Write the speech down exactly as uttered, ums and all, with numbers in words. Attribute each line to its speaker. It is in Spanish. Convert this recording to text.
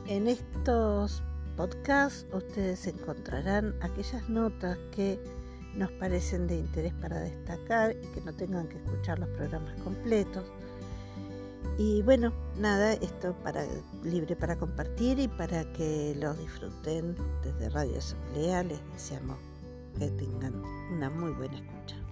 Speaker 1: En estos podcasts ustedes encontrarán aquellas notas que nos parecen de interés para destacar y que no tengan que escuchar los programas completos. Y bueno, nada, esto para libre para compartir y para que lo disfruten desde Radio Asamblea. Les deseamos que tengan una muy buena escucha.